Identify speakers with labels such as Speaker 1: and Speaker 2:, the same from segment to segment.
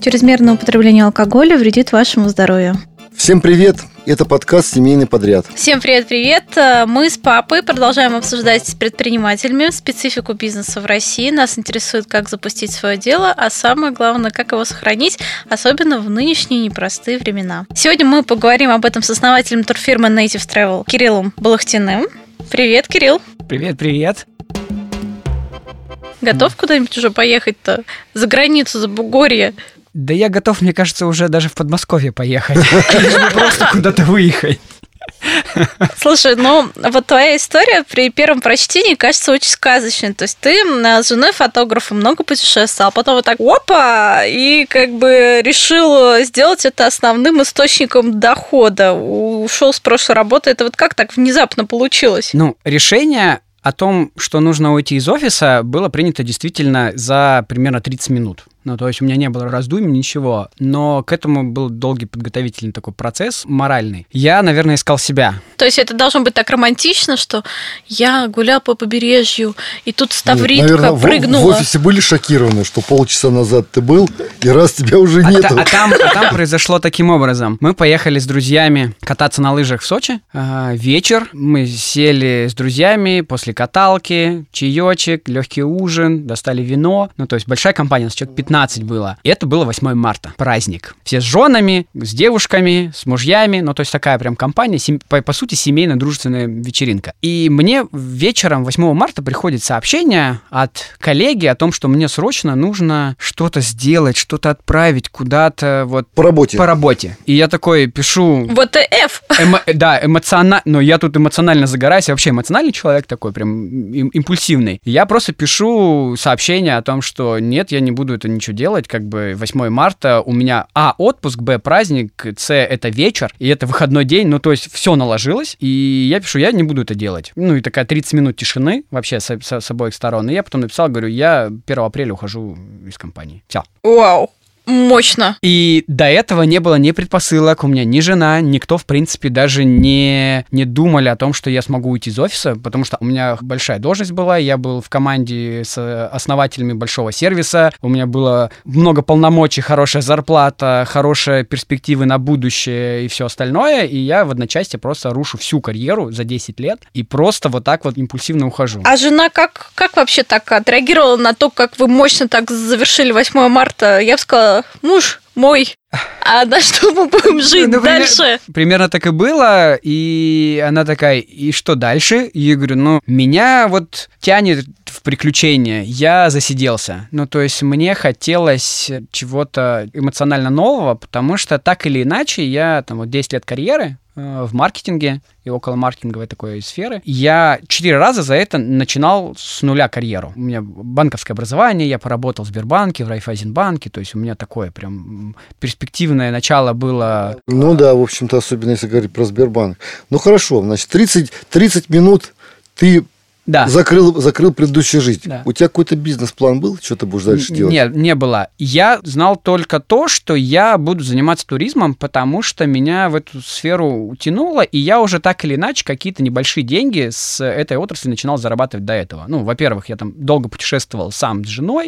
Speaker 1: Чрезмерное употребление алкоголя вредит вашему здоровью.
Speaker 2: Всем привет! Это подкаст «Семейный подряд».
Speaker 1: Всем привет-привет! Мы с папой продолжаем обсуждать с предпринимателями специфику бизнеса в России. Нас интересует, как запустить свое дело, а самое главное, как его сохранить, особенно в нынешние непростые времена. Сегодня мы поговорим об этом с основателем турфирмы Native Travel Кириллом Балахтиным. Привет, Кирилл!
Speaker 3: Привет!
Speaker 1: Готов куда-нибудь уже поехать-то? За границу, за Бугорье?
Speaker 3: Да я готов, мне кажется, уже даже в Подмосковье поехать. Просто куда-то выехать.
Speaker 1: Слушай, ну вот твоя история при первом прочтении кажется очень сказочной. То есть ты с женой фотографом много путешествовал, а потом вот так опа, и как бы решил сделать это основным источником дохода. Ушел с прошлой работы. Это вот как так внезапно получилось?
Speaker 3: Ну, решение о том, что нужно уйти из офиса, было принято действительно за примерно 30 минут. Ну, то есть у меня не было раздумий, ничего. Но к этому был долгий подготовительный такой процесс, моральный. Я, наверное, искал себя.
Speaker 1: То есть это должно быть так романтично, что я гулял по побережью, и тут Ставритка прыгнула.
Speaker 2: В офисе были шокированы, что полчаса назад ты был, и раз тебя уже нету.
Speaker 3: Там произошло таким образом. Мы поехали с друзьями кататься на лыжах в Сочи. Вечер. Мы сели с друзьями после каталки, чаечек, легкий ужин, достали вино. Ну, то есть большая компания, у нас человек 15 было. И это было 8 марта, праздник. Все с женами, с девушками, с мужьями. Ну, то есть такая прям компания, по сути, семейно-дружественная вечеринка. И мне вечером 8 марта приходит сообщение от коллеги о том, что мне срочно нужно что-то сделать, что-то отправить куда-то вот...
Speaker 2: По работе.
Speaker 3: И я такой пишу...
Speaker 1: ВТФ!
Speaker 3: Да, эмоционально... Но я тут эмоционально загораюсь. Я вообще эмоциональный человек такой, прям импульсивный. Я просто пишу сообщение о том, что нет, я не буду это ничего делать, как бы 8 марта у меня отпуск, праздник, это вечер, и это выходной день, ну, то есть все наложилось, и я пишу, я не буду это делать. Ну, и такая 30 минут тишины вообще с обоих сторон, и я потом написал, говорю, я 1 апреля ухожу из компании. Все.
Speaker 1: Вау! Мощно.
Speaker 3: И до этого не было ни предпосылок, у меня ни жена, никто, в принципе, даже не думали о том, что я смогу уйти из офиса, потому что у меня большая должность была, я был в команде с основателями большого сервиса, у меня было много полномочий, хорошая зарплата, хорошие перспективы на будущее и все остальное, и я в одночасье просто рушу всю карьеру за 10 лет и просто вот так вот импульсивно ухожу.
Speaker 1: А жена как вообще так отреагировала на то, как вы мощно так завершили 8 марта? Я бы сказала, муж мой, а на что мы будем жить дальше?
Speaker 3: Примерно так и было, и она такая, и что дальше? И я говорю, меня вот тянет в приключения, я засиделся. Ну, то есть мне хотелось чего-то эмоционально нового, потому что так или иначе я там вот 10 лет карьеры в маркетинге и около маркетинговой такой сферы. Я 4 раза за это начинал с нуля карьеру. У меня банковское образование, я поработал в Сбербанке, в Райфайзенбанке, то есть у меня такое прям перспективное начало было.
Speaker 2: Ну да, в общем-то, особенно если говорить про Сбербанк. Ну хорошо, значит, 30 минут ты... Да. Закрыл предыдущую жизнь. Да. У тебя какой-то бизнес-план был? Что ты будешь дальше делать?
Speaker 3: Нет, не было. Я знал только то, что я буду заниматься туризмом, потому что меня в эту сферу утянуло, и я уже так или иначе какие-то небольшие деньги с этой отрасли начинал зарабатывать до этого. Ну, во-первых, я там долго путешествовал сам с женой.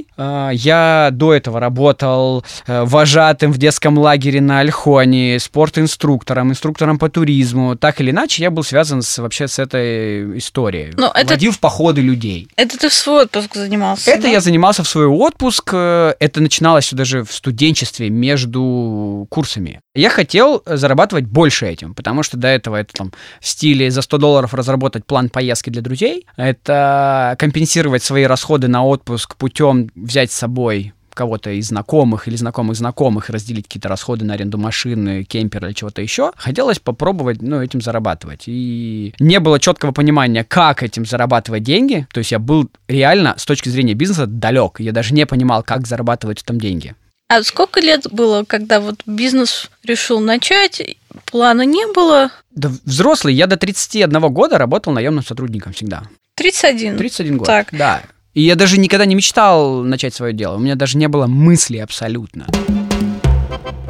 Speaker 3: Я до этого работал вожатым в детском лагере на Ольхоне, инструктором по туризму. Так или иначе, я был связан вообще с этой историей. В походы людей.
Speaker 1: Это ты в свой отпуск занимался?
Speaker 3: Это я занимался в свой отпуск. Это начиналось даже в студенчестве между курсами. Я хотел зарабатывать больше этим, потому что до этого это там в стиле за $100 разработать план поездки для друзей. Это компенсировать свои расходы на отпуск путем взять с собой кого-то из знакомых или знакомых разделить какие-то расходы на аренду машины, кемпера или чего-то еще. Хотелось попробовать, этим зарабатывать. И не было четкого понимания, как этим зарабатывать деньги. То есть я был реально, с точки зрения бизнеса, далек. Я даже не понимал, как зарабатывать там деньги.
Speaker 1: А сколько лет было, когда вот бизнес решил начать, плана не было?
Speaker 3: Да взрослый. Я до 31 года работал наемным сотрудником всегда. 31 год,
Speaker 1: так.
Speaker 3: Да. И я даже никогда не мечтал начать свое дело. У меня даже не было мысли абсолютно.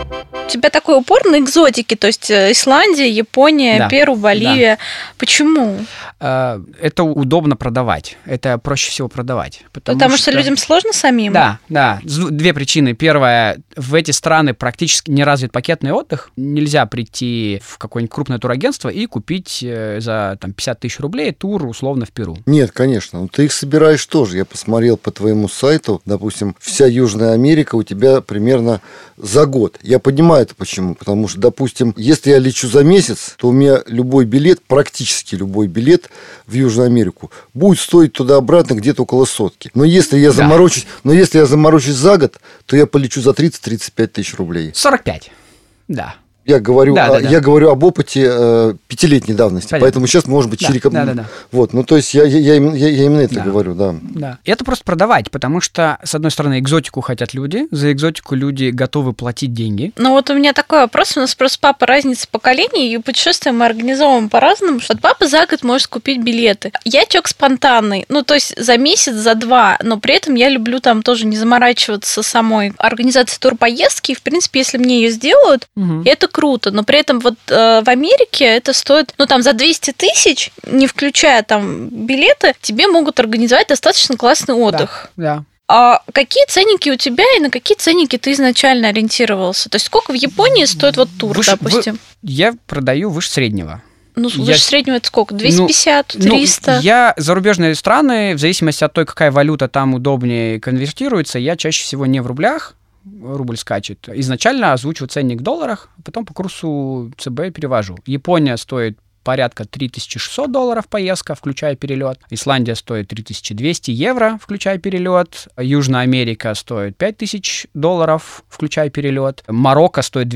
Speaker 1: у тебя такой упор на экзотики, то есть Исландия, Япония, Перу, Боливия. Да. Почему?
Speaker 3: Это удобно продавать. Это проще всего продавать.
Speaker 1: Потому что людям сложно самим?
Speaker 3: Да. Две причины. Первая, в эти страны практически не развит пакетный отдых. Нельзя прийти в какое-нибудь крупное турагентство и купить за 50 тысяч рублей тур условно в Перу.
Speaker 2: Нет, конечно. Но ты их собираешь тоже. Я посмотрел по твоему сайту, допустим, вся Южная Америка у тебя примерно за год. Я понимаю это почему. Потому что, допустим, если я лечу за месяц, то у меня любой билет, практически любой билет в Южную Америку будет стоить туда-обратно где-то около 100. Но если я заморочусь за год, то я полечу за 30-35 тысяч рублей.
Speaker 3: 45, да.
Speaker 2: Я говорю об опыте 5-летней давности. Понятно. Поэтому сейчас, может быть, Вот, ну, то есть я именно это говорю,
Speaker 3: Да. И это просто продавать, потому что, с одной стороны, экзотику хотят люди, за экзотику люди готовы платить деньги.
Speaker 1: Ну, вот у меня такой вопрос. У нас просто папа разница поколений, и путешествия мы организовываем по-разному. Вот папа за год может купить билеты. Я человек спонтанный, ну, то есть за месяц, за 2, но при этом я люблю там тоже не заморачиваться самой организацией турпоездки. И, в принципе, если мне ее сделают, это круто, но при этом вот в Америке это стоит, ну, там, за 200 тысяч, не включая там билеты, тебе могут организовать достаточно классный отдых.
Speaker 3: Да.
Speaker 1: А какие ценники у тебя и на какие ценники ты изначально ориентировался? То есть сколько в Японии стоит вот тур, допустим?
Speaker 3: Я продаю выше среднего.
Speaker 1: Ну, выше среднего это сколько? 250, 300?
Speaker 3: Я зарубежные страны, в зависимости от той, какая валюта там удобнее конвертируется, я чаще всего не в рублях, рубль скачет. Изначально озвучиваю ценник в долларах, потом по курсу ЦБ перевожу. Япония стоит порядка $3600 поездка, включая перелет. Исландия стоит 3200 евро, включая перелет. Южная Америка стоит $5000, включая перелет. Марокко стоит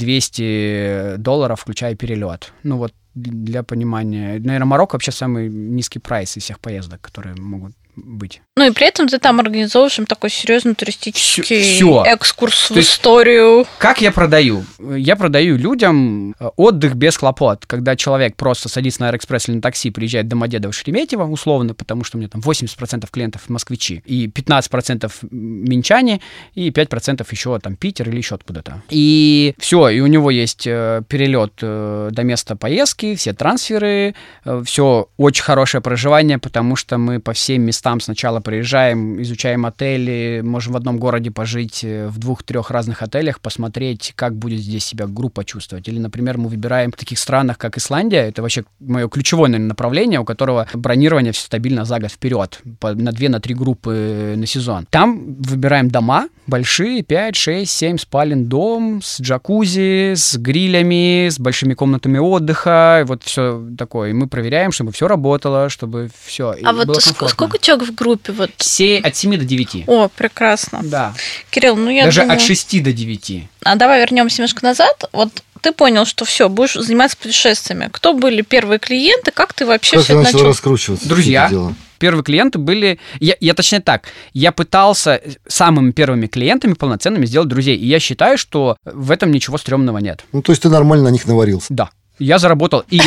Speaker 3: $2200, включая перелет. Ну вот, для понимания. Наверное, Марокко вообще самый низкий прайс из всех поездок, которые могут быть.
Speaker 1: Ну и при этом ты там организовываешь им такой серьезный туристический экскурс в историю.
Speaker 3: Как я продаю? Я продаю людям отдых без хлопот. Когда человек просто садится на Аэроэкспресс или на такси, приезжает до Домодедово, Шереметьево, условно, потому что у меня там 80% клиентов москвичи, и 15% минчане, и 5% еще там Питер или еще откуда-то. И все, и у него есть перелет до места поездки, все трансферы, все очень хорошее проживание, потому что мы по всем местам сначала приезжаем, изучаем отели, можем в одном городе пожить, в 2-3 разных отелях, посмотреть, как будет здесь себя группа чувствовать. Или, например, мы выбираем в таких странах, как Исландия, это вообще мое ключевое, наверное, направление, у которого бронирование все стабильно за год вперед, на 2-3 группы на сезон. Там выбираем дома большие, 5, 6, 7 спален дом с джакузи, с грилями, с большими комнатами отдыха, вот все такое. И мы проверяем, чтобы все работало, чтобы все
Speaker 1: было комфортно. Сколько человек в группе? Вот?
Speaker 3: От 7 до 9.
Speaker 1: О, прекрасно.
Speaker 3: Да.
Speaker 1: Кирилл, ну я
Speaker 3: даже
Speaker 1: думаю...
Speaker 3: от 6 до 9.
Speaker 1: А давай вернемся немножко назад. Вот ты понял, что все, будешь заниматься путешествиями. Кто были первые клиенты? Как ты вообще все это начал
Speaker 2: раскручиваться?
Speaker 3: Друзья. Первые клиенты были... Я точнее так, я пытался самыми первыми клиентами полноценными сделать друзей. И я считаю, что в этом ничего стрёмного нет.
Speaker 2: Ну, то есть ты нормально на них наварился?
Speaker 3: Да. Я заработал, и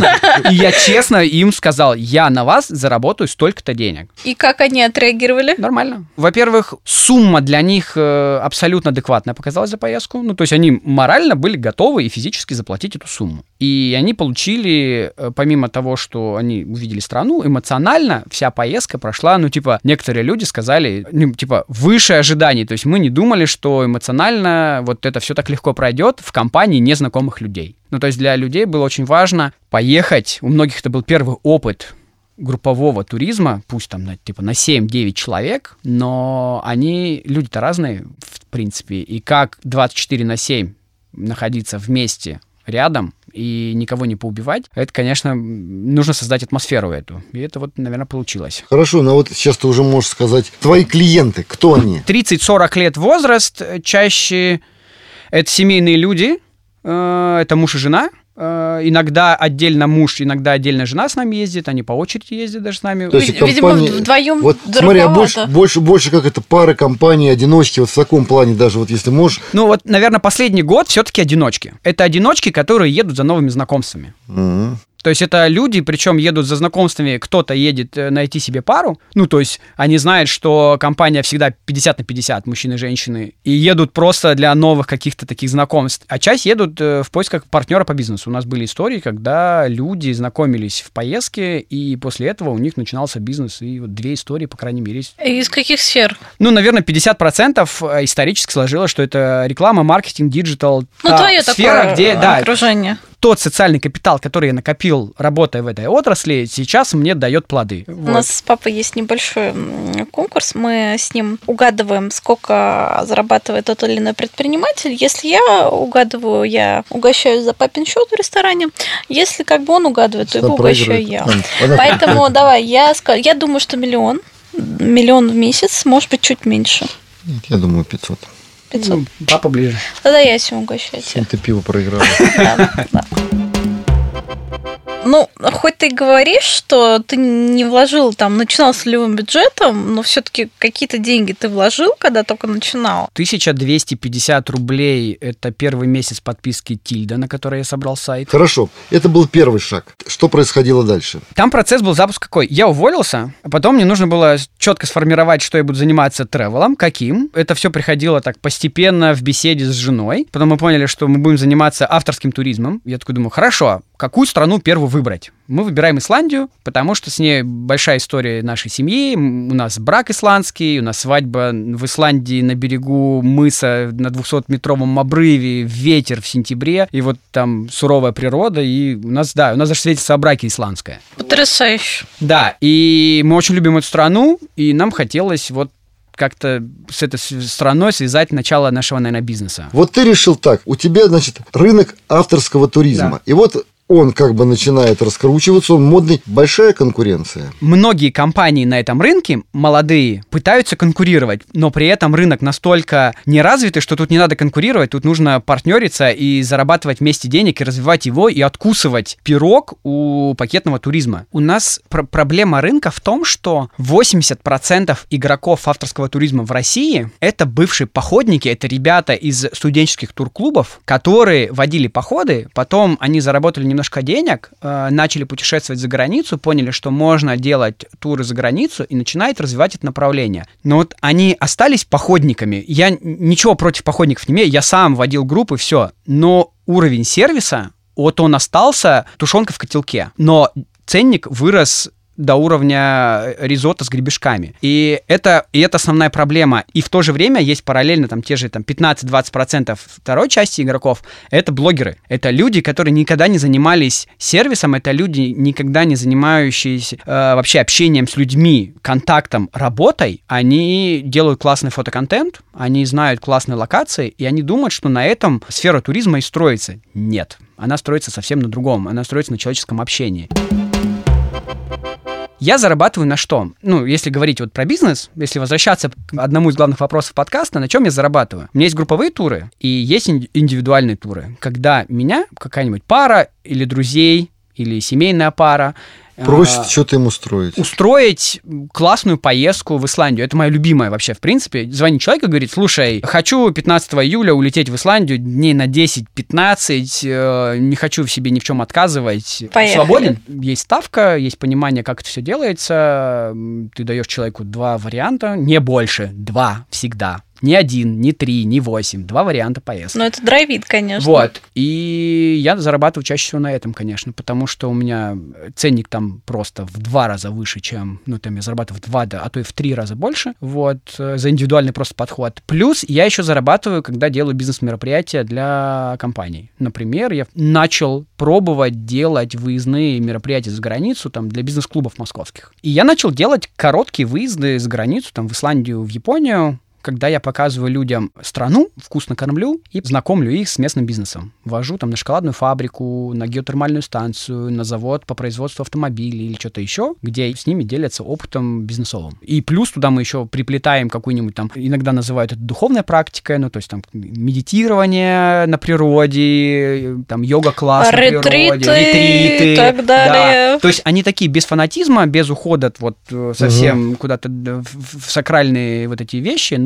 Speaker 3: я честно им сказал, я на вас заработаю столько-то денег.
Speaker 1: И как они отреагировали?
Speaker 3: Нормально. Во-первых, сумма для них абсолютно адекватная показалась за поездку. Ну, то есть они морально были готовы и физически заплатить эту сумму. И они получили, помимо того, что они увидели страну, эмоционально вся поездка прошла, ну, типа, некоторые люди сказали, ну, типа, выше ожиданий. То есть мы не думали, что эмоционально вот это все так легко пройдет в компании незнакомых людей. Ну, то есть для людей было очень важно поехать. У многих это был первый опыт группового туризма, пусть там на 7-9 человек, но люди-то разные, в принципе. И как 24/7 находиться вместе рядом и никого не поубивать, это, конечно, нужно создать атмосферу эту. И это вот, наверное, получилось.
Speaker 2: Хорошо, но вот сейчас ты уже можешь сказать, твои клиенты, кто они?
Speaker 3: 30-40 лет возраст, чаще это семейные люди, это муж и жена. Иногда отдельно муж, иногда отдельно жена с нами ездит, они по очереди ездят даже с нами.
Speaker 2: То есть
Speaker 1: видимо, вдвоем
Speaker 2: вот смотри, больше как это пары, компании, одиночки, вот в таком плане даже, вот если можешь.
Speaker 3: Ну вот, наверное, последний год все-таки одиночки. Это одиночки, которые едут за новыми знакомствами. То есть это люди, причем едут за знакомствами, кто-то едет найти себе пару, ну, то есть они знают, что компания всегда 50/50, мужчины и женщины, и едут просто для новых каких-то таких знакомств, а часть едут в поисках партнера по бизнесу. У нас были истории, когда люди знакомились в поездке, и после этого у них начинался бизнес, и вот 2 истории, по крайней мере, есть.
Speaker 1: Из каких сфер?
Speaker 3: Ну, наверное, 50% исторически сложилось, что это реклама, маркетинг, диджитал,
Speaker 1: твое
Speaker 3: сфера,
Speaker 1: такое
Speaker 3: где,
Speaker 1: окружение.
Speaker 3: Тот социальный капитал, который я накопил, работая в этой отрасли, сейчас мне дает плоды.
Speaker 1: У нас с папой есть небольшой конкурс. Мы с ним угадываем, сколько зарабатывает тот или иной предприниматель. Если я угадываю, я угощаюсь за папин счет в ресторане. Если он угадывает, то его угощаю я. Поэтому давай, я думаю, что миллион в месяц, может быть, чуть меньше.
Speaker 2: Нет, я думаю, 500.
Speaker 1: 500.
Speaker 3: Папа ближе.
Speaker 1: Тогда я сегодня угощаю тебя.
Speaker 2: Ты пиво проиграла.
Speaker 1: Да. Ну, хоть ты говоришь, что ты не вложил начинал с нулевым бюджетом, но все-таки какие-то деньги ты вложил, когда только начинал.
Speaker 3: 1250 рублей – это первый месяц подписки Тильда, на которой я собрал сайт.
Speaker 2: Хорошо, это был первый шаг. Что происходило дальше?
Speaker 3: Там процесс был запуск какой? Я уволился, а потом мне нужно было четко сформировать, что я буду заниматься тревелом, каким. Это все приходило так постепенно в беседе с женой. Потом мы поняли, что мы будем заниматься авторским туризмом. Я такой думаю, хорошо, какую страну первую выбрать? Мы выбираем Исландию, потому что с ней большая история нашей семьи. У нас брак исландский, у нас свадьба в Исландии на берегу мыса на 200-метровом обрыве, ветер в сентябре, и вот там суровая природа, и у нас даже свидетельство о браке исландское.
Speaker 1: Потрясающе.
Speaker 3: Да, и мы очень любим эту страну, и нам хотелось как-то с этой страной связать начало нашего, наверное, бизнеса.
Speaker 2: Вот ты решил так, у тебя, рынок авторского туризма,
Speaker 3: да.
Speaker 2: И вот он начинает раскручиваться, он модный, большая конкуренция.
Speaker 3: Многие компании на этом рынке, молодые, пытаются конкурировать, но при этом рынок настолько неразвитый, что тут не надо конкурировать, тут нужно партнериться и зарабатывать вместе денег, и развивать его, и откусывать пирог у пакетного туризма. У нас проблема рынка в том, что 80% игроков авторского туризма в России — это бывшие походники, это ребята из студенческих турклубов, которые водили походы, потом они заработали немножко денег, начали путешествовать за границу, поняли, что можно делать туры за границу, и начинают развивать это направление. Но вот они остались походниками. Я ничего против походников не имею, я сам водил группы, все. Но уровень сервиса, он остался тушенкой в котелке. Но ценник вырос до уровня ризотто с гребешками. И это основная проблема. И в то же время есть параллельно те же 15-20% второй части игроков. Это блогеры. Это люди, которые никогда не занимались сервисом, это люди, никогда не занимающиеся вообще общением с людьми, контактом, работой. Они делают классный фотоконтент, они знают классные локации, и они думают, что на этом сфера туризма и строится. Нет. Она строится совсем на другом. Она строится на человеческом общении. Я зарабатываю на что? Если говорить про бизнес, если возвращаться к одному из главных вопросов подкаста, на чем я зарабатываю? У меня есть групповые туры и есть индивидуальные туры, когда меня какая-нибудь пара или друзей, или семейная пара
Speaker 2: просит что-то им устроить.
Speaker 3: Устроить классную поездку в Исландию. Это моя любимая вообще, в принципе. Звонит человек и говорит, слушай, хочу 15 июля улететь в Исландию дней на 10-15, не хочу в себе ни в чем отказывать.
Speaker 1: Поехали.
Speaker 3: Свободен. Есть ставка, есть понимание, как это все делается. Ты даешь человеку 2 варианта, не больше, 2 всегда. Не 1, не 3, не 8. 2 варианта поездки.
Speaker 1: Это драйвит, конечно.
Speaker 3: Вот. И я зарабатываю чаще всего на этом, конечно, потому что у меня ценник там просто в 2 раза выше, чем... я зарабатываю в 2, а то и в 3 раза больше. За индивидуальный просто подход. Плюс я еще зарабатываю, когда делаю бизнес-мероприятия для компаний. Например, я начал пробовать делать выездные мероприятия за границу, для бизнес-клубов московских. И я начал делать короткие выезды за границу, в Исландию, в Японию, когда я показываю людям страну, вкусно кормлю и знакомлю их с местным бизнесом. Вожу на шоколадную фабрику, на геотермальную станцию, на завод по производству автомобилей или что-то еще, где с ними делятся опытом бизнесовым. И плюс туда мы еще приплетаем какую-нибудь иногда называют это духовной практикой, то есть медитирование на природе, йога-класс на природе, ретриты
Speaker 1: и так далее.
Speaker 3: Да. То есть они такие без фанатизма, без ухода совсем куда-то в сакральные эти вещи,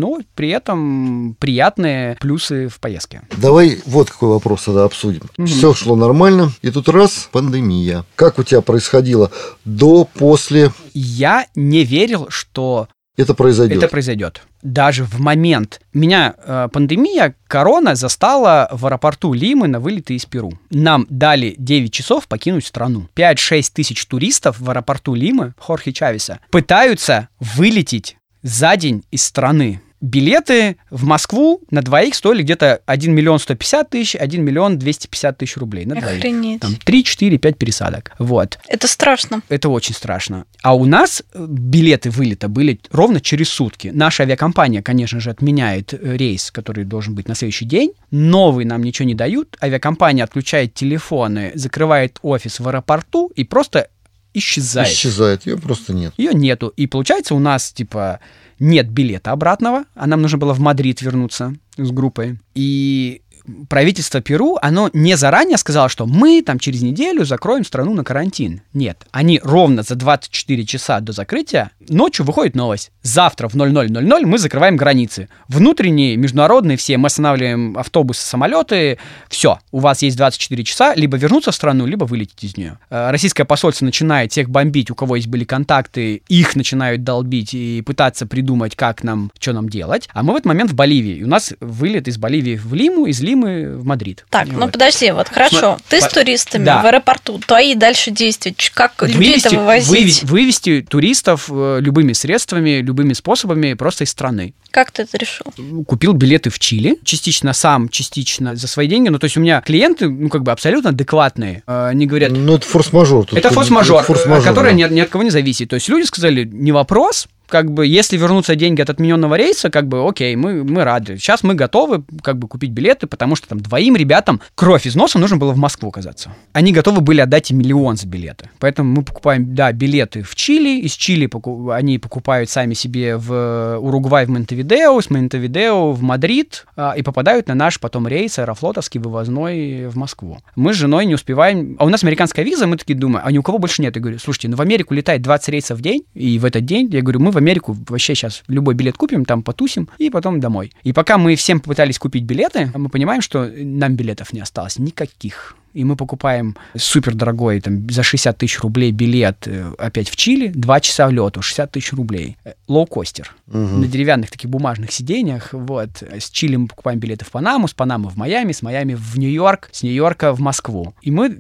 Speaker 3: но при этом приятные плюсы в поездке.
Speaker 2: Давай вот какой вопрос тогда обсудим. Все шло нормально, и тут раз, пандемия. Как у тебя происходило до, после?
Speaker 3: Я не верил, что
Speaker 2: это
Speaker 3: произойдет. Даже в момент. Меня пандемия, корона застала в аэропорту Лимы на вылеты из Перу. Нам дали 9 часов покинуть страну. 5-6 тысяч туристов в аэропорту Лимы, Хорхе Чавеса, пытаются вылететь за день из страны. Билеты в Москву на двоих стоили где-то 1 миллион 150 тысяч, 1 миллион 250 тысяч рублей на двоих.
Speaker 1: Охренеть.
Speaker 3: Там 3, 4, 5 пересадок. Вот.
Speaker 1: Это страшно.
Speaker 3: Это очень страшно. А у нас билеты вылета были ровно через сутки. Наша авиакомпания, конечно же, отменяет рейс, который должен быть на следующий день. Новый нам ничего не дают. Авиакомпания отключает телефоны, закрывает офис в аэропорту и просто исчезает.
Speaker 2: Исчезает, ее просто нет.
Speaker 3: Ее нету. И получается у нас, типа, нет билета обратного, а нам нужно было в Мадрид вернуться с группой. И правительство Перу, оно не заранее сказало, что мы там через неделю закроем страну на карантин. Нет, они ровно за 24 часа до закрытия ночью выходит новость. Завтра в 00:00 мы закрываем границы. Внутренние, международные все, мы останавливаем автобусы, самолеты. Все, у вас есть 24 часа, либо вернуться в страну, либо вылететь из нее. Российское посольство начинает всех бомбить, у кого есть были контакты, их начинают долбить и пытаться придумать, что нам делать. А мы в этот момент в Боливии. У нас вылет из Боливии в Лиму, из Лимы в Мадрид.
Speaker 1: Так, ну подожди, вот хорошо. Ты с туристами в аэропорту, твои дальше действия, как людей-то вывозить?
Speaker 3: Вывести туристов любыми средствами, любыми способами просто из страны.
Speaker 1: Как ты это решил?
Speaker 3: Купил билеты в Чили, частично сам, частично за свои деньги. Ну, то есть у меня клиенты, абсолютно адекватные. Они говорят...
Speaker 2: Ну, это форс-мажор.
Speaker 3: Это форс-мажор, который ни от кого не зависит. То есть люди сказали, не вопрос, если вернутся деньги от отмененного рейса, окей, мы рады. Сейчас мы готовы, купить билеты, потому что там двоим ребятам кровь из носа нужно было в Москву оказаться. Они готовы были отдать и миллион за билеты. Поэтому мы покупаем, билеты в Чили. Из Чили они покупают сами себе в Уругвай, в Монтевидео, с Монтевидео в Мадрид и попадают на наш потом рейс аэрофлотовский вывозной в Москву. Мы с женой не успеваем. А у нас американская виза, мы такие думаем, а ни у кого больше нет. Я говорю, слушайте, в Америку летает 20 рейсов в день, и в этот день, я говорю, мы в Америку вообще сейчас любой билет купим, там потусим, и потом домой. И пока мы всем попытались купить билеты, мы понимаем, что нам билетов не осталось никаких. И мы покупаем супердорогой, за 60 тысяч рублей билет опять в Чили, 2 часа в лету, 60 тысяч рублей. Лоукостер. На деревянных таких бумажных сиденьях. Вот. С Чили мы покупаем билеты в Панаму, с Панамы в Майами, с Майами в Нью-Йорк, с Нью-Йорка в Москву. И мы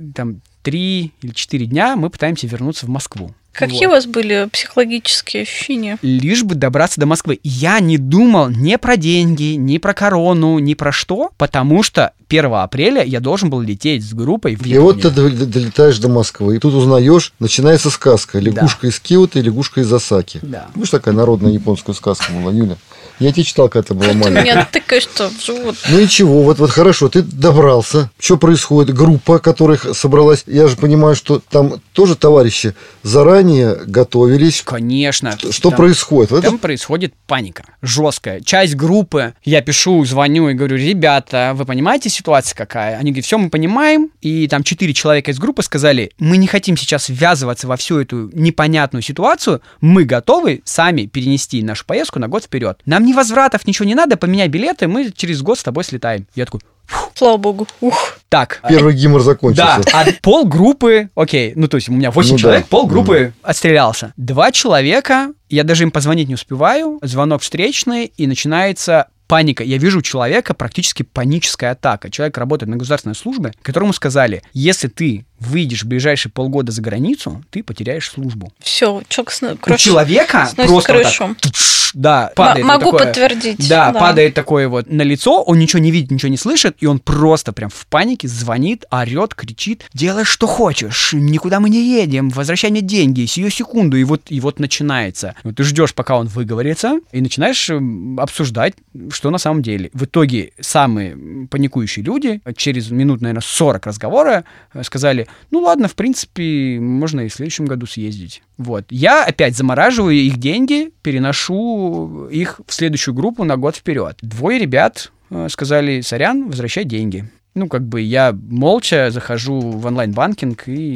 Speaker 3: 3 или 4 дня мы пытаемся вернуться в Москву.
Speaker 1: Какие у вас были психологические ощущения?
Speaker 3: Лишь бы добраться до Москвы. Я не думал ни про деньги, ни про корону, ни про что, потому что 1 апреля я должен был лететь с группой в Японию.
Speaker 2: И вот ты долетаешь до Москвы, и тут узнаешь, начинается сказка. Лягушка из Киота и лягушка из Осаки.
Speaker 3: Да.
Speaker 2: Помнишь, такая народная японская сказка была, Юля? Я тебе читал, когда ты была маленькая.
Speaker 1: Ты меня тыкаешь что в живот.
Speaker 2: Ну и чего, вот хорошо, ты добрался. Что происходит? Группа, которая собралась, я же понимаю, что там тоже товарищи заранее готовились.
Speaker 3: Конечно.
Speaker 2: Что происходит?
Speaker 3: Там происходит паника жесткая. Часть группы, я пишу, звоню и говорю, ребята, вы понимаете ситуация какая? Они говорят, все мы понимаем. И там 4 человека из группы сказали, мы не хотим сейчас ввязываться во всю эту непонятную ситуацию, мы готовы сами перенести нашу поездку на год вперед. Нам ни возвратов, ничего не надо, поменяй билеты, мы через год с тобой слетаем. Я такой,
Speaker 1: слава богу. Ух.
Speaker 3: Так.
Speaker 2: Первый гимор закончился.
Speaker 3: Да, а полгруппы, окей, то есть у меня 8 человек, полгруппы отстрелялся. 2 человека, я даже им позвонить не успеваю, звонок встречный, и начинается паника. Я вижу у человека практически паническая атака. Человек работает на государственной службе, которому сказали, если ты выйдешь в ближайшие полгода за границу, ты потеряешь службу.
Speaker 1: Все,
Speaker 3: у человека просто крышу. Вот так, да, падает.
Speaker 1: Могу подтвердить.
Speaker 3: Да, падает такое вот на лицо, он ничего не видит, ничего не слышит, и он просто прям в панике звонит, орет, кричит, делай, что хочешь, никуда мы не едем, возвращай мне деньги, сию секунду, и вот начинается. Ты ждешь, пока он выговорится, и начинаешь обсуждать, что на самом деле. В итоге самые паникующие люди через минут, наверное, 40 разговора сказали, ну ладно, в принципе, можно и в следующем году съездить. Вот. Я опять замораживаю их деньги, переношу их в следующую группу на год вперед. 2 ребят сказали, сорян, возвращай деньги. Я молча захожу в онлайн-банкинг и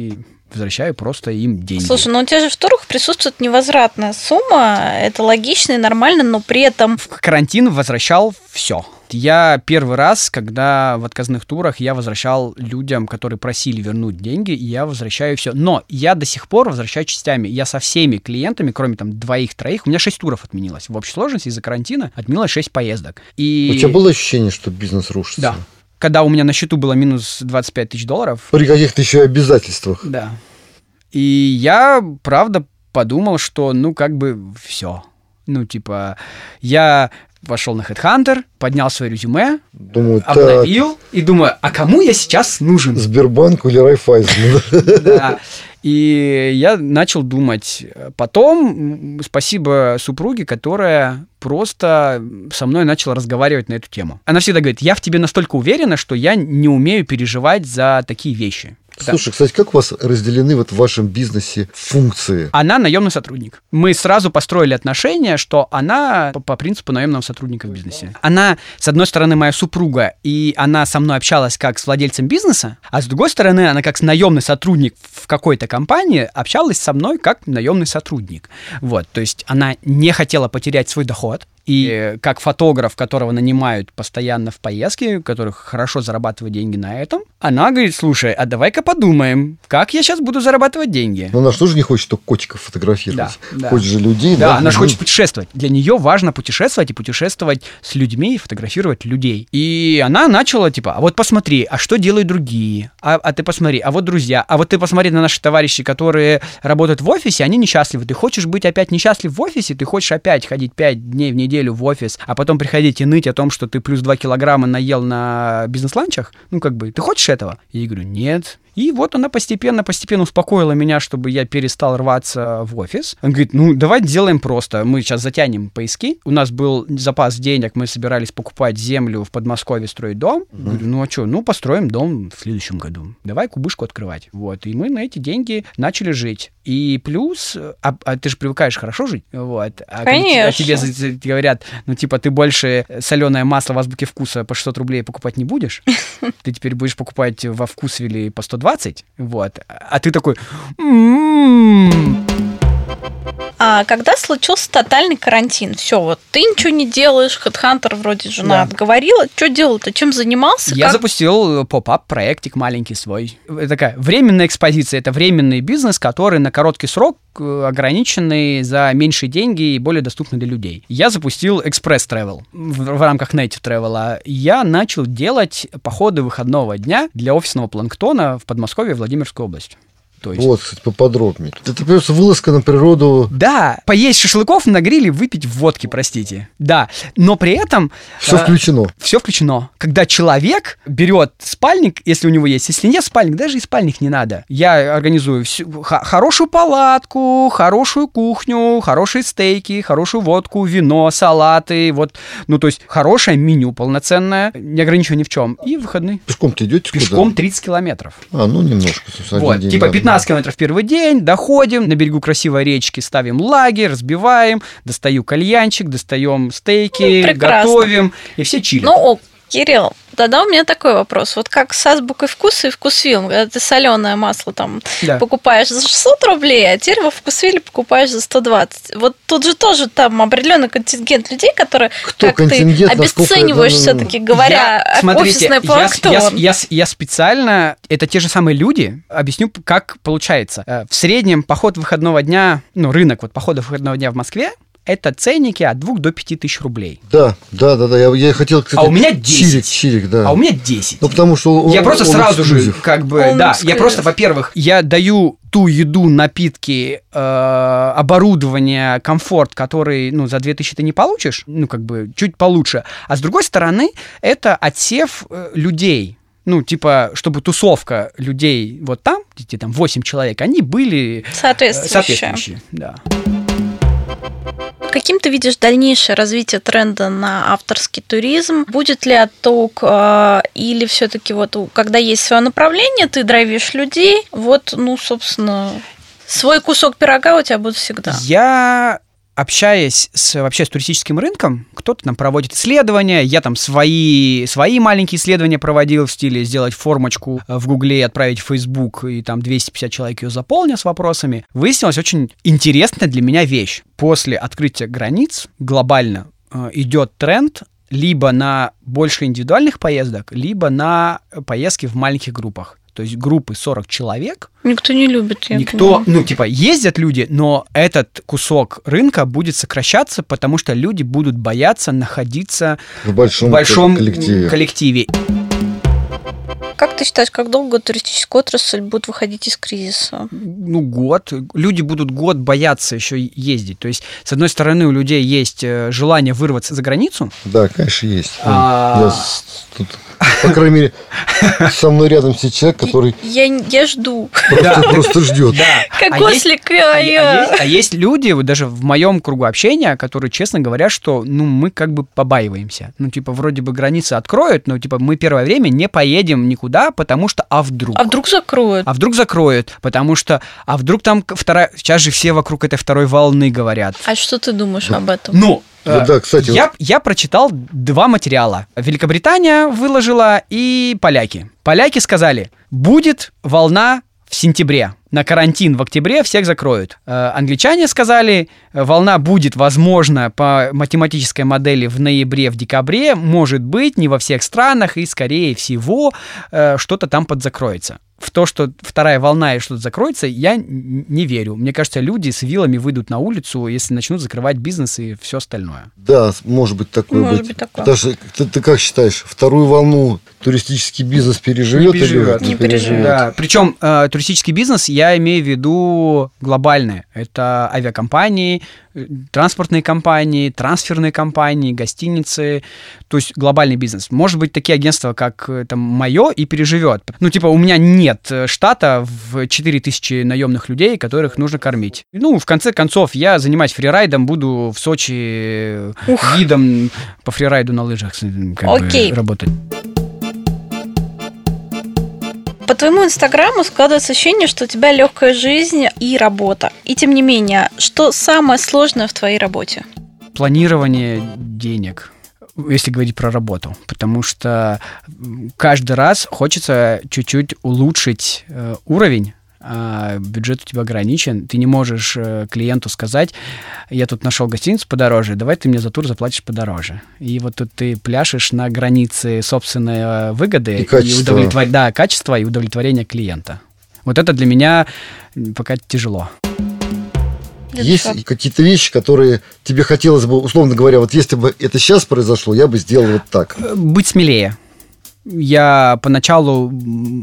Speaker 3: возвращаю просто им деньги.
Speaker 1: Слушай, ну у тебя же в турах присутствует невозвратная сумма, это логично и нормально, но при этом...
Speaker 3: В карантин возвращал все. Я первый раз, когда в отказных турах я возвращал людям, которые просили вернуть деньги, и я возвращаю все. Но я до сих пор возвращаю частями. Я со всеми клиентами, кроме там 2-3, у меня 6 туров отменилось. В общей сложности из-за карантина отменилось 6 поездок. И...
Speaker 2: У тебя было ощущение, что бизнес рушится?
Speaker 3: Да. Когда у меня на счету было минус $25 000.
Speaker 2: При каких-то еще обязательствах.
Speaker 3: Да. И я, правда, подумал, что, все. Я пошел на HeadHunter, поднял свое резюме,
Speaker 2: думаю,
Speaker 3: обновил и думаю, а кому я сейчас нужен?
Speaker 2: Сбербанку или Райфайзену.
Speaker 3: Да. И я начал думать. Потом, спасибо супруге, которая просто со мной начала разговаривать на эту тему. Она всегда говорит, я в тебе настолько уверена, что я не умею переживать за такие вещи.
Speaker 2: Слушай, кстати, как у вас разделены в вашем бизнесе функции?
Speaker 3: Она наемный сотрудник. Мы сразу построили отношения, что она по принципу наемного сотрудника в бизнесе. Она, с одной стороны, моя супруга, и она со мной общалась как с владельцем бизнеса, а с другой стороны, она как наемный сотрудник в какой-то компании общалась со мной как наемный сотрудник. Вот, то есть она не хотела потерять свой доход. И как фотограф, которого нанимают постоянно в поездки, который хорошо зарабатывает деньги на этом, она говорит, слушай, а давай-ка подумаем, как я сейчас буду зарабатывать деньги.
Speaker 2: Но она же тоже не хочет только котиков фотографировать.
Speaker 3: Да.
Speaker 2: Хочет же людей.
Speaker 3: Да, она же хочет путешествовать. Для нее важно путешествовать и путешествовать с людьми, и фотографировать людей. И она начала, а вот посмотри, а что делают другие? А ты посмотри, а вот друзья, а вот ты посмотри на наших товарищей, которые работают в офисе, они несчастливы. Ты хочешь быть опять несчастлив в офисе? Ты хочешь опять ходить 5 дней в неделю в офис, а потом приходить и ныть о том, что ты плюс 2 килограмма наел на бизнес-ланчах? Ты хочешь этого? И я говорю, нет. И вот она постепенно успокоила меня, чтобы я перестал рваться в офис. Он говорит, давай сделаем просто. Мы сейчас затянем поиски. У нас был запас денег, мы собирались покупать землю в Подмосковье, строить дом. Говорю, а что? Построим дом в следующем году. Давай кубышку открывать. Вот. И мы на эти деньги начали жить. И плюс, ты же привыкаешь хорошо жить. Вот.
Speaker 1: Конечно.
Speaker 3: А тебе говорят, ты больше соленое масло в Азбуке Вкуса по 600 рублей покупать не будешь. Ты теперь будешь покупать во Вкусвилле по 120. Вот. А ты такой...
Speaker 1: А когда случился тотальный карантин, все, вот ты ничего не делаешь, HeadHunter вроде жена отговорила, что делал-то, чем занимался?
Speaker 3: Я запустил поп-ап проектик маленький свой. Это такая временная экспозиция, это временный бизнес, который на короткий срок ограниченный за меньшие деньги и более доступный для людей. Я запустил Express Travel в рамках Native Travel. Я начал делать походы выходного дня для офисного планктона в Подмосковье и Владимирской области.
Speaker 2: Вот, кстати, поподробнее. Это просто вылазка на природу.
Speaker 3: Да, поесть шашлыков на гриле, выпить водки, простите. Да, но при этом...
Speaker 2: Все включено.
Speaker 3: Все включено. Когда человек берет спальник, если у него есть, если нет спальник, даже и спальник не надо. Я организую хорошую палатку, хорошую кухню, хорошие стейки, хорошую водку, вино, салаты, то есть хорошее меню полноценное, не ограничиваю ни в чем. И выходные.
Speaker 2: Пешком-то идете куда?
Speaker 3: Пешком 30 километров.
Speaker 2: Немножко.
Speaker 3: Вот, 15 километров первый день, доходим, на берегу красивой речки ставим лагерь, разбиваем, достаю кальянчик, достаем стейки, готовим, и все чилят.
Speaker 1: Кирилл, тогда у меня такой вопрос. Вот как с Азбукой Вкуса и Вкусвиллом, когда ты соленое масло покупаешь за 600 рублей, а теперь во Вкусвилле покупаешь за 120. Вот тут же тоже там определенный контингент людей, которые, как ты обесцениваешь все-таки, говоря офисный планктон.
Speaker 3: Я специально, это те же самые люди, объясню, как получается. В среднем поход выходного дня, рынок похода выходного дня в Москве, это ценники от 2 до 5 тысяч рублей.
Speaker 2: Да. Я хотел, кстати...
Speaker 3: А у меня 10.
Speaker 2: Чирик, да.
Speaker 3: А у меня 10.
Speaker 2: Потому что
Speaker 3: я просто сразу же, я просто, во-первых, я даю ту еду, напитки, оборудование, комфорт, который, за 2000 ты не получишь, чуть получше. А с другой стороны, это отсев людей. Чтобы тусовка людей вот там, где там 8 человек, они были соответствующие. Да.
Speaker 1: Каким ты видишь дальнейшее развитие тренда на авторский туризм? Будет ли отток или все-таки когда есть свое направление, ты драйвишь людей, собственно, свой кусок пирога у тебя будет всегда?
Speaker 3: Я общаясь вообще с туристическим рынком, кто-то там проводит исследования, я там свои маленькие исследования проводил в стиле сделать формочку в Гугле и отправить в Facebook, и там 250 человек ее заполнил с вопросами. Выяснилась очень интересная для меня вещь. После открытия границ глобально идет тренд либо на больше индивидуальных поездок, либо на поездки в маленьких группах. То есть группы 40 человек.
Speaker 1: Никто не любит.
Speaker 3: Ездят люди, но этот кусок рынка будет сокращаться, потому что люди будут бояться находиться в большом коллективе.
Speaker 1: Как ты считаешь, как долго туристическая отрасль будет выходить из кризиса?
Speaker 2: Год.
Speaker 3: Люди будут год бояться еще ездить. То есть, с одной стороны, у людей есть желание вырваться за границу.
Speaker 2: Да, конечно, есть. Я тут, по крайней мере, со мной рядом сидит человек, который...
Speaker 1: Я жду.
Speaker 2: Просто ждет.
Speaker 1: Как ослик.
Speaker 3: А есть люди, вот даже в моем кругу общения, которые честно говорят, что мы как бы побаиваемся. Вроде бы границы откроют, но мы первое время не поедем никуда, потому что вдруг?
Speaker 1: А вдруг закроют?
Speaker 3: А вдруг закроют, потому что... А вдруг там вторая... Сейчас же все вокруг этой второй волны говорят.
Speaker 1: А что ты думаешь об этом?
Speaker 2: Да, кстати,
Speaker 3: я прочитал 2 материала. Великобритания выложила и поляки. Поляки сказали, будет волна в сентябре. На карантин в октябре всех закроют. Англичане сказали, волна будет, возможно, по математической модели в ноябре, в декабре, может быть, не во всех странах, и, скорее всего, что-то там подзакроется. В то, что вторая волна и что-то закроется, я не верю. Мне кажется, люди с вилами выйдут на улицу, если начнут закрывать бизнес и все остальное.
Speaker 2: Да, может быть такое. Потому что ты как считаешь, вторую волну туристический бизнес переживет?
Speaker 3: Не переживет. Да. Причем туристический бизнес, я имею в виду глобальный. Это авиакомпании, транспортные компании, трансферные компании, гостиницы, то есть глобальный бизнес. Может быть, такие агентства, как мое, и переживет. У меня нет штата в 4000 наемных людей, которых нужно кормить. В конце концов, я занимаюсь фрирайдом, буду в Сочи гидом по фрирайду на лыжах работать.
Speaker 1: По твоему инстаграму складывается ощущение, что у тебя легкая жизнь и работа. И тем не менее, что самое сложное в твоей работе?
Speaker 3: Планирование денег, если говорить про работу. Потому что каждый раз хочется чуть-чуть улучшить уровень, а бюджет у тебя ограничен. Ты не можешь клиенту сказать, я тут нашел гостиницу подороже, давай ты мне за тур заплатишь подороже. И вот тут ты пляшешь на границе собственной выгоды и качества и удовлетворения клиента. Вот это для меня пока тяжело.
Speaker 2: Есть какие-то вещи, которые тебе хотелось бы, условно говоря, вот если бы это сейчас произошло, я бы сделал вот так.
Speaker 3: Быть смелее. Я поначалу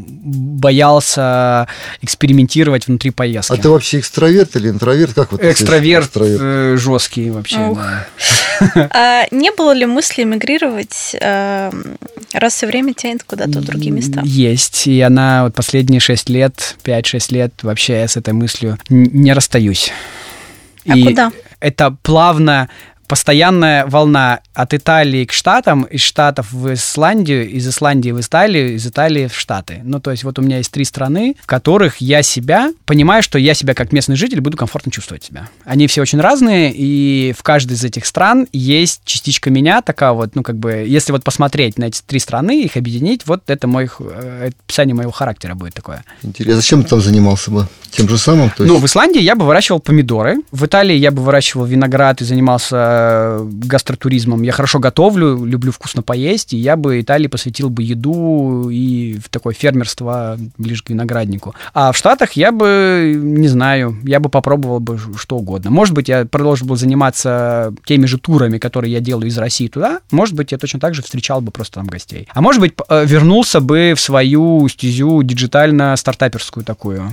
Speaker 3: боялся экспериментировать внутри поездки.
Speaker 2: А ты вообще экстраверт или интроверт? Как вот
Speaker 3: экстраверт жесткий вообще. Да.
Speaker 1: А не было ли мысли эмигрировать, раз все время тянет куда-то в другие места?
Speaker 3: Есть. И она вот последние 5-6 лет вообще я с этой мыслью не расстаюсь.
Speaker 1: А куда?
Speaker 3: Это плавно... Постоянная волна от Италии к Штатам, из Штатов в Исландию, из Исландии в Италию, из Италии в Штаты. То есть вот у меня есть 3 страны, в которых я понимаю, что я себя как местный житель буду комфортно чувствовать себя. Они все очень разные, и в каждой из этих стран есть частичка меня, такая вот, если вот посмотреть на эти 3 страны, их объединить, вот это описание моего характера будет такое.
Speaker 2: Интересно, зачем ты там занимался бы? Тем же самым?
Speaker 3: В Исландии я бы выращивал помидоры, в Италии я бы выращивал виноград и занимался гастротуризмом. Я хорошо готовлю, люблю вкусно поесть, и я бы Италии посвятил бы еду и в такое фермерство ближе к винограднику. А в Штатах я бы, не знаю, я бы попробовал бы что угодно. Может быть, я продолжил бы заниматься теми же турами, которые я делаю из России туда. Может быть, я точно так же встречал бы просто там гостей. А может быть, вернулся бы в свою стезю диджитально-стартаперскую такую.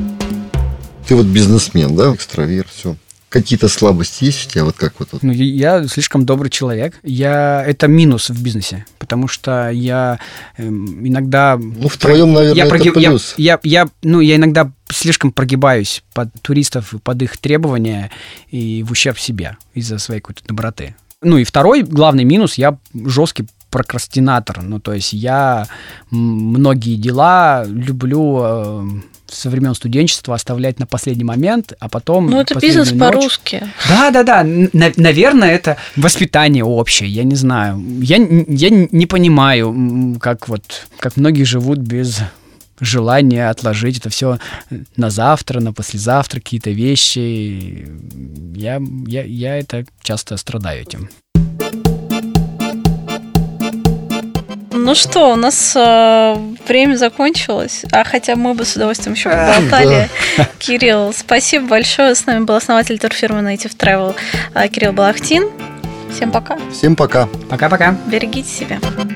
Speaker 2: Ты вот бизнесмен, да? Экстраверт, все. Какие-то слабости есть у тебя? Вот как вот?
Speaker 3: Я слишком добрый человек. Это минус в бизнесе, потому что я иногда...
Speaker 2: в твоем, наверное, это плюс.
Speaker 3: Я иногда слишком прогибаюсь под туристов, под их требования и в ущерб себе из-за своей какой-то доброты. И второй главный минус, я жесткий прокрастинатор. То есть я многие дела люблю со времен студенчества оставлять на последний момент, а потом...
Speaker 1: Ну, это бизнес по-русски.
Speaker 3: Да. Наверное, это воспитание общее, я не знаю. Я не понимаю, как многие живут без желания отложить это все на завтра, на послезавтра, какие-то вещи. Я это часто страдаю этим.
Speaker 1: Ну что, у нас время закончилось, хотя мы бы с удовольствием еще поболтали. Да. Кирилл, спасибо большое. С нами был основатель турфирмы Native Travel Кирилл Балахтин. Всем пока.
Speaker 2: Всем пока.
Speaker 3: Пока-пока.
Speaker 1: Берегите себя.